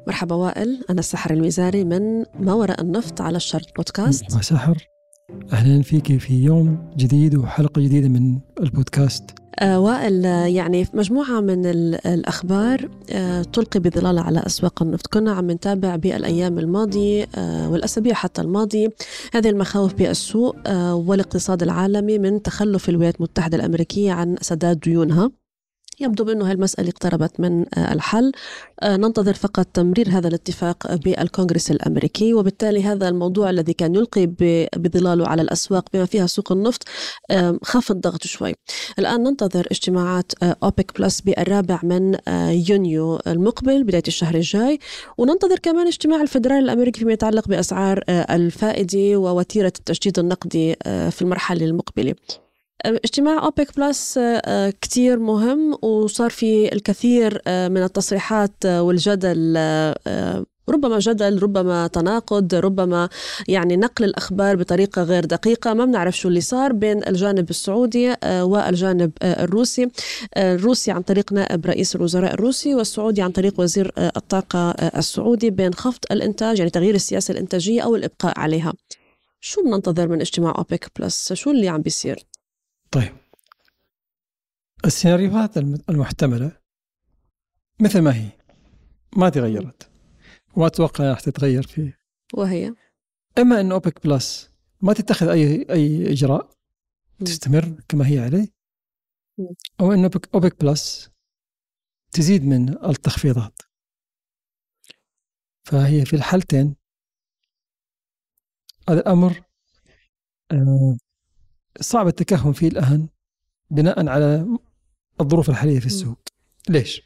مرحبا وائل، أنا سحر الميزاري من ما وراء النفط على الشرق بودكاست. سحر، أهلا فيك في يوم جديد وحلقة جديدة من البودكاست. وائل، يعني مجموعة من الأخبار تلقي بظلال على أسواق النفط. كنا عم نتابع بالأيام الماضية والأسابيع حتى الماضية هذه المخاوف بالسوق والاقتصاد العالمي من تخلف الولايات المتحدة الأمريكية عن سداد ديونها. يبدو بأنه هالمسألة اقتربت من الحل. ننتظر فقط تمرير هذا الاتفاق بالكونغرس الأمريكي، وبالتالي هذا الموضوع الذي كان يلقي بظلاله على الأسواق بما فيها سوق النفط خف الضغط شوي. الآن ننتظر اجتماعات أوبك بلس بالرابع من يونيو المقبل بداية الشهر الجاي، وننتظر كمان اجتماع الفدرالي الأمريكي فيما يتعلق بأسعار الفائدة ووتيرة التجديد النقدي في المرحلة المقبلة. اجتماع أوبك بلس كتير مهم، وصار في الكثير من التصريحات والجدل، ربما جدل، ربما تناقض، ربما يعني نقل الأخبار بطريقة غير دقيقة. ما بنعرف شو اللي صار بين الجانب السعودي والجانب الروسي. الروسي عن طريق نائب رئيس الوزراء الروسي، والسعودي عن طريق وزير الطاقة السعودي، بين خفض الإنتاج، يعني تغيير السياسة الإنتاجية أو الإبقاء عليها. شو بننتظر من اجتماع أوبك بلس؟ شو اللي عم بيصير؟ طيب، السيناريوهات المحتملة مثل ما هي، ما تغيرت وما أتوقع راح تتغير فيه. وهي إما أن أوبك بلس ما تتخذ أي إجراء، تستمر كما هي عليه، أو أن أوبك بلس تزيد من التخفيضات. فهي في الحالتين هذا الأمر صعب التكهن فيه الآن بناء على الظروف الحالية في السوق. ليش؟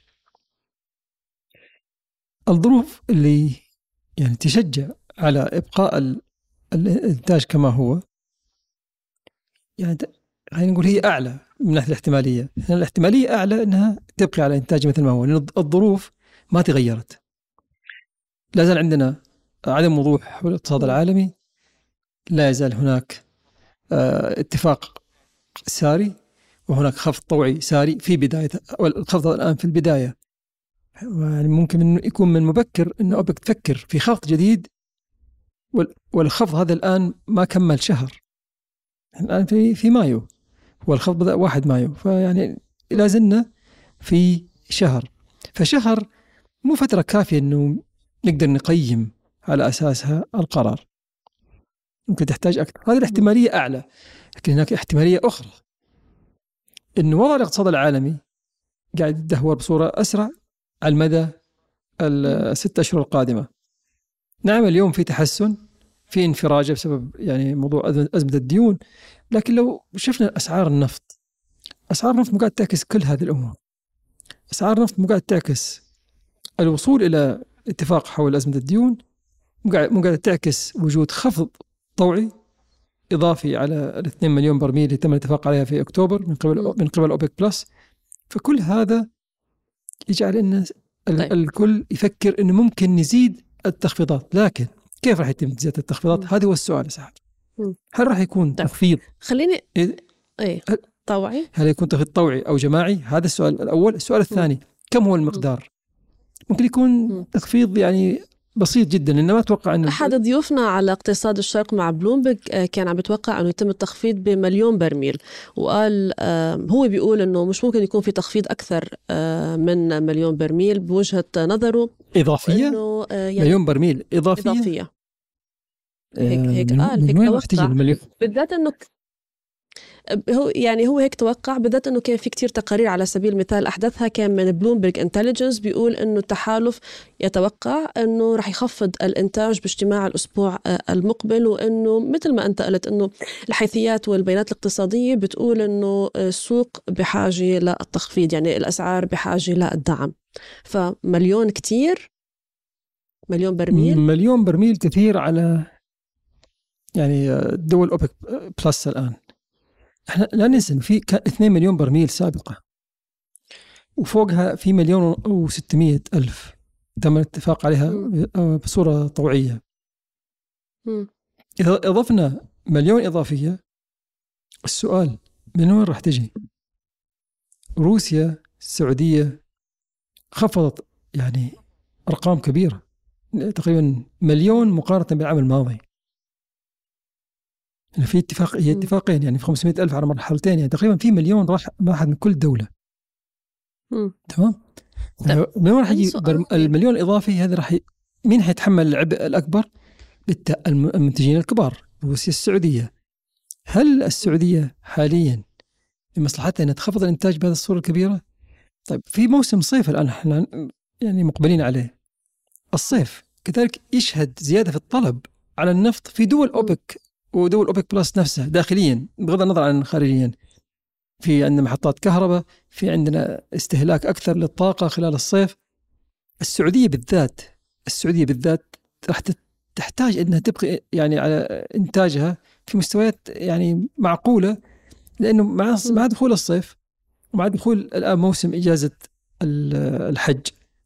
الظروف اللي يعني تشجع على إبقاء الإنتاج كما هو، يعني خلينا نقول هي أعلى من ناحية الاحتمالية. الاحتمالية أعلى أنها تبقي على إنتاج مثل ما هو، لأن الظروف ما تغيرت. لا زال عندنا عدم وضوح حول الاقتصاد العالمي، لا يزال هناك اتفاق ساري، وهناك خفض طوعي ساري في بداية، والخفض الآن في البداية. يعني ممكن إنه يكون من مبكر إنه أوبك تفكر في خفض جديد، والخفض هذا الآن ما كمل شهر، الآن في مايو، والخفض بدأ 1 مايو، فيعني لا زلنا في شهر. فشهر مو فترة كافية إنه نقدر نقيم على أساسها القرار، ممكن تحتاج أكثر. هذه الاحتمالية أعلى، لكن هناك احتمالية أخرى إنه وضع الاقتصاد العالمي قاعد يتدهور بصورة أسرع على المدى 6 أشهر القادمة. نعم، اليوم في تحسن، في انفراجة بسبب يعني موضوع أزمة الديون، لكن لو شفنا أسعار النفط مو قاعد تعكس كل هذه الأمور. أسعار النفط مو قاعد تعكس الوصول إلى اتفاق حول أزمة الديون، مو قاعد تعكس وجود خفض طوعي إضافي على 2 مليون برميل اللي تم الاتفاق عليها في أكتوبر من قبل أوبك بلس. فكل هذا يجعل أن الكل يفكر أنه ممكن نزيد التخفيضات، لكن كيف راح يتم زيادة التخفيضات؟ هذا هو السؤال سعد. هل راح يكون تخفيض طوعي؟ هل يكون تخفيض طوعي أو جماعي؟ هذا السؤال الأول. السؤال الثاني، كم هو المقدار؟ ممكن يكون تخفيض يعني بسيط جدا، لأنه ما أتوقع أن أحد ضيوفنا على اقتصاد الشرق مع بلومبرج كان عم بتوقع أنه يتم التخفيض ب1,000,000 برميل، وقال هو بيقول أنه مش ممكن يكون في تخفيض أكثر من 1,000,000 برميل بوجهة نظره. إضافية؟ يعني 1,000,000 برميل إضافية. هيك توقع، بالذات أنه هو هيك توقع، بالذات أنه كان في كتير تقارير على سبيل المثال أحدثها كان من بلومبرج انتليجنس بيقول أنه التحالف يتوقع أنه رح يخفض الإنتاج باجتماع الأسبوع المقبل، وأنه مثل ما أنت قلت أنه الحيثيات والبيانات الاقتصادية بتقول أنه السوق بحاجة للتخفيض، يعني الأسعار بحاجة للدعم. ف1,000,000 كتير، 1,000,000 برميل، 1,000,000 برميل كثير على يعني دول أوبك بلس. الآن احنا لا ننسى في 2 مليون برميل سابقة، وفوقها في 1,600,000 تم الاتفاق عليها بصورة طوعية. إذا أضفنا 1,000,000 إضافية، السؤال من وين راح تجي؟ روسيا، السعودية خفضت يعني أرقام كبيرة، تقريبا مليون مقارنة بالعام الماضي. يعني في هي اتفاقين، يعني في 500,000 على مرحلتين، يعني تقريبا في مليون راح من كل دولة. تمام. من وين راح يجي المليون الإضافي هذا؟ مين حيتحمل العبء الأكبر؟ المنتجين الكبار، روسيا، السعودية. هل السعودية حاليا لمصلحتها أن تخفض الإنتاج بهذه الصورة الكبيرة؟ طيب في موسم صيف الآن احنا يعني مقبلين عليه، الصيف كذلك يشهد زيادة في الطلب على النفط في دول أوبك ودول أوبك بلس نفسها داخليا، بغض النظر عن خارجيا. في عندنا محطات كهرباء، في عندنا استهلاك أكثر للطاقة خلال الصيف. السعودية بالذات راح تحتاج أنها تبقى يعني على إنتاجها في مستويات يعني معقولة، لأنه مع دخول الصيف ومع دخول الآن موسم إجازة الحج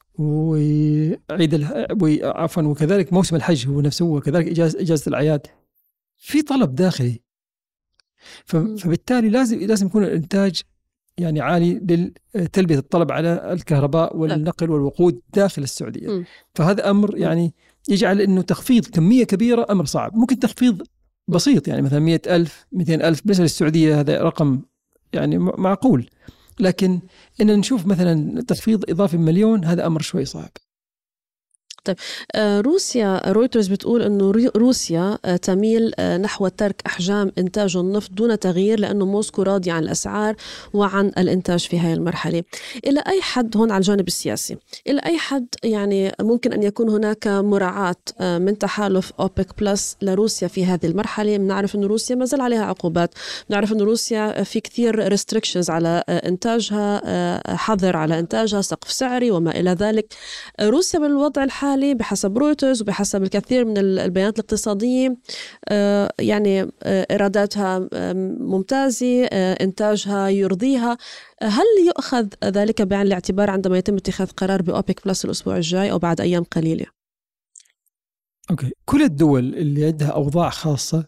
وكذلك موسم الحج هو نفسه، وكذلك إجازة الأعياد، في طلب داخلي. فبالتالي لازم يكون الإنتاج يعني عالي لتلبية الطلب على الكهرباء والنقل والوقود داخل السعودية. فهذا أمر يعني يجعل إنه تخفيض كمية كبيرة أمر صعب. ممكن تخفيض بسيط، يعني مثلا 100,000 200,000 بالنسبة للسعودية هذا رقم يعني معقول، لكن إن نشوف مثلا تخفيض إضافي مليون هذا أمر شوي صعب. طيب روسيا، رويترز بتقول أنه روسيا تميل نحو ترك أحجام إنتاج النفط دون تغيير، لأنه موسكو راضي عن الأسعار وعن الإنتاج في هذه المرحلة. إلى أي حد هون على الجانب السياسي، إلى أي حد يعني ممكن أن يكون هناك مراعاة من تحالف أوبك بلس لروسيا في هذه المرحلة؟ بنعرف أن روسيا ما زال عليها عقوبات، بنعرف أن روسيا في كثير ريستريكشنز على إنتاجها، حظر على إنتاجها، سقف سعري وما إلى ذلك. روسيا بالوضع الحالي بحسب رويترز وبحسب الكثير من البيانات الاقتصادية يعني إيراداتها ممتازة، إنتاجها يرضيها. هل يؤخذ ذلك بعين الاعتبار عندما يتم اتخاذ قرار بأوبك بلس الأسبوع الجاي أو بعد أيام قليلة؟ أوكي. كل الدول اللي عندها أوضاع خاصة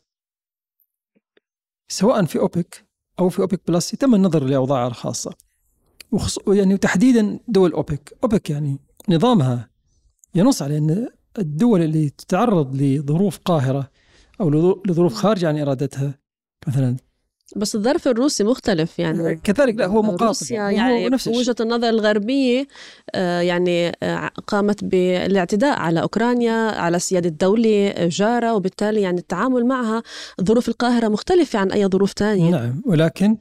سواء في أوبك أو في أوبك بلس يتم النظر لأوضاعها الخاصة، يعني تحديدا دول أوبك يعني نظامها ينص على أن الدول اللي تتعرض لظروف قاهرة أو لظروف خارجة عن إرادتها مثلا. بس الظرف الروسي مختلف يعني كذلك، لا هو مقاطع روسيا يعني وجهة النظر الغربية يعني قامت بالاعتداء على أوكرانيا على سيادة دولة جارة، وبالتالي يعني التعامل معها ظروف القاهرة مختلفة عن أي ظروف تانية. نعم، ولكن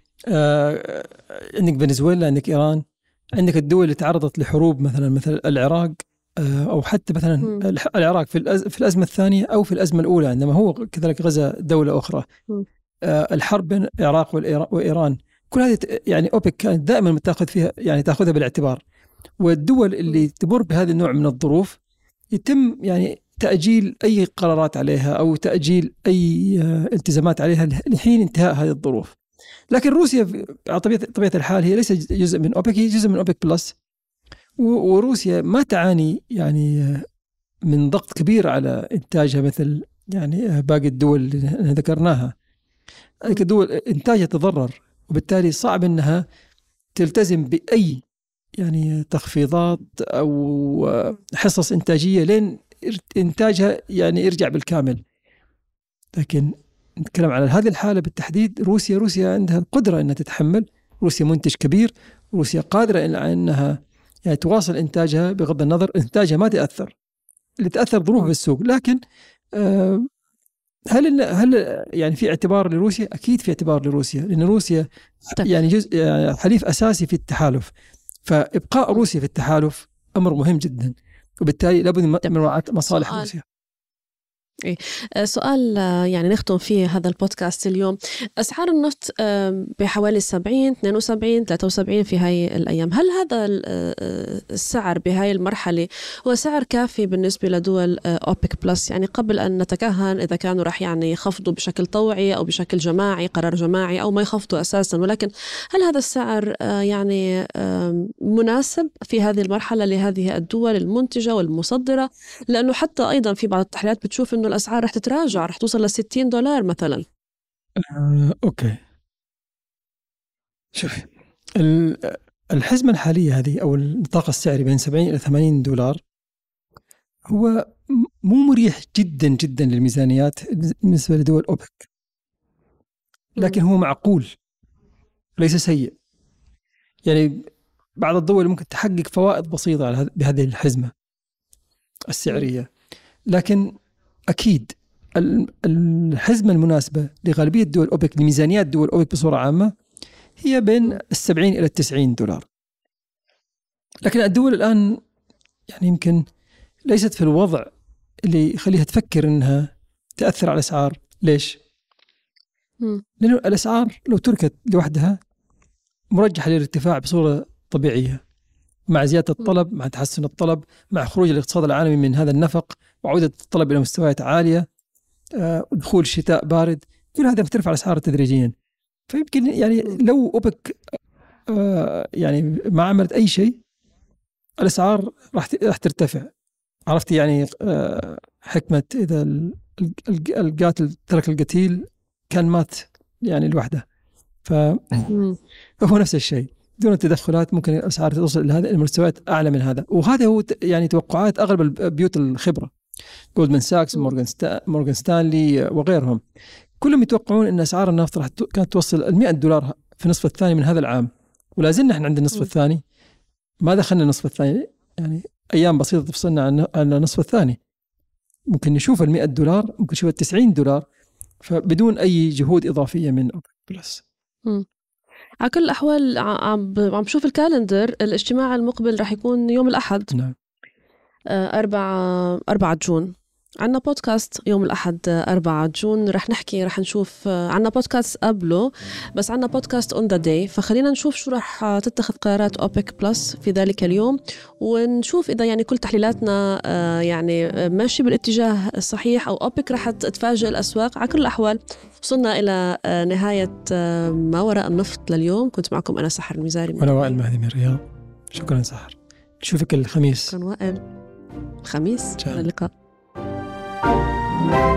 عندك فنزويلا، عندك إيران، عندك الدول اللي تعرضت لحروب مثل العراق، أو حتى مثلا العراق في الأزمة الثانية أو في الأزمة الأولى عندما هو كذلك غزا دولة أخرى. الحرب بين العراق وإيران، كل هذه يعني أوبك كانت دائما تأخذها بالاعتبار. والدول اللي تمر بهذا النوع من الظروف يتم يعني تأجيل أي قرارات عليها أو تأجيل أي التزامات عليها لحين انتهاء هذه الظروف. لكن روسيا على طبيعة الحال هي ليست جزء من أوبك، هي جزء من أوبك بلس، وروسيا ما تعاني يعني من ضغط كبير على إنتاجها مثل يعني باقي الدول اللي ذكرناها. الدول إنتاجها تضرر، وبالتالي صعب أنها تلتزم بأي يعني تخفيضات أو حصص إنتاجية لين إنتاجها يعني يرجع بالكامل. لكن نتكلم على هذه الحالة بالتحديد، روسيا عندها القدرة أنها تتحمل. روسيا منتج كبير، روسيا قادرة أنها يعني تواصل إنتاجها بغض النظر إنتاجها ما تأثر، اللي تأثر ظروف بالسوق. لكن هل يعني في اعتبار لروسيا؟ أكيد في اعتبار لروسيا، لأن روسيا يعني جزء حليف أساسي في التحالف، فإبقاء روسيا في التحالف أمر مهم جدا، وبالتالي لابد من مراعاة مصالح روسيا. سؤال يعني نختم فيه هذا البودكاست اليوم. أسعار النفط بحوالي 70 72 73 في هاي الأيام، هل هذا السعر بهاي المرحلة هو سعر كافي بالنسبة لدول أوبك بلس؟ يعني قبل أن نتكهن إذا كانوا رح يعني يخفضوا بشكل طوعي أو بشكل جماعي، قرار جماعي، أو ما يخفضوا أساسا، ولكن هل هذا السعر يعني مناسب في هذه المرحلة لهذه الدول المنتجة والمصدرة؟ لأنه حتى أيضا في بعض التحليلات بتشوف أنه الأسعار رح تتراجع، رح توصل $60 مثلا. أوكي، شوف الحزمة الحالية هذه أو النطاق السعري بين 70 إلى $80، هو مو مريح جدا جدا للميزانيات بالنسبة لدول أوبك، لكن هو معقول ليس سيء. يعني بعض الدول ممكن تحقق فوائد بسيطة بهذه الحزمة السعرية، لكن أكيد الحزمة المناسبة لغالبية دول أوبك، لميزانيات دول أوبك بصورة عامة، هي بين 70 إلى 90 دولار. لكن الدول الآن يعني يمكن ليست في الوضع اللي يخليها تفكر أنها تأثر على الأسعار. ليش؟ لأنه الأسعار لو تركت لوحدها مرجحة للارتفاع بصورة طبيعية، مع زيادة الطلب، مع تحسن الطلب، مع خروج الاقتصاد العالمي من هذا النفق وعودة الطلب إلى مستويات عالية، ودخول شتاء بارد، كل هذا بترفع الأسعار تدريجيا. فيمكن يعني لو أوبك يعني ما عملت أي شيء الأسعار راح ترتفع. عرفتي يعني حكمة إذا القاتل ترك القتيل كان مات يعني لوحده. فهو نفس الشيء، دون التدخلات ممكن الأسعار توصل إلى هذه المستويات أعلى من هذا. وهذا هو يعني توقعات أغلب البيوت الخبرة، جولدمان ساكس، مورغان ستانلي وغيرهم، كلهم يتوقعون أن أسعار النفط راح كانت توصل $100 في النصف الثاني من هذا العام، ولا زلنا احنا عند النصف الثاني، ما دخلنا النصف الثاني، يعني أيام بسيطة تفصلنا عن النصف الثاني. ممكن نشوف $100، ممكن نشوف $90، فبدون أي جهود إضافية من أوبك بلس. على كل الأحوال عم بشوف الكالندر، الاجتماع المقبل راح يكون يوم الأحد. نعم. 4 جون عنا بودكاست يوم الأحد 4 جون، رح نشوف عنا بودكاست قبله، بس عنا بودكاست on the day، فخلينا نشوف شو رح تتخذ قرارات أوبك بلس في ذلك اليوم، ونشوف إذا يعني كل تحليلاتنا يعني ماشي بالاتجاه الصحيح، أو أوبك رح تتفاجئ الأسواق. على كل الأحوال وصلنا إلى نهاية ما وراء النفط لليوم. كنت معكم أنا سحر المزاري وأنا وائل مهدي من الرياض. شكرا سحر، نشوفك الخميس. شكرا وائل، الخميس اللقاء.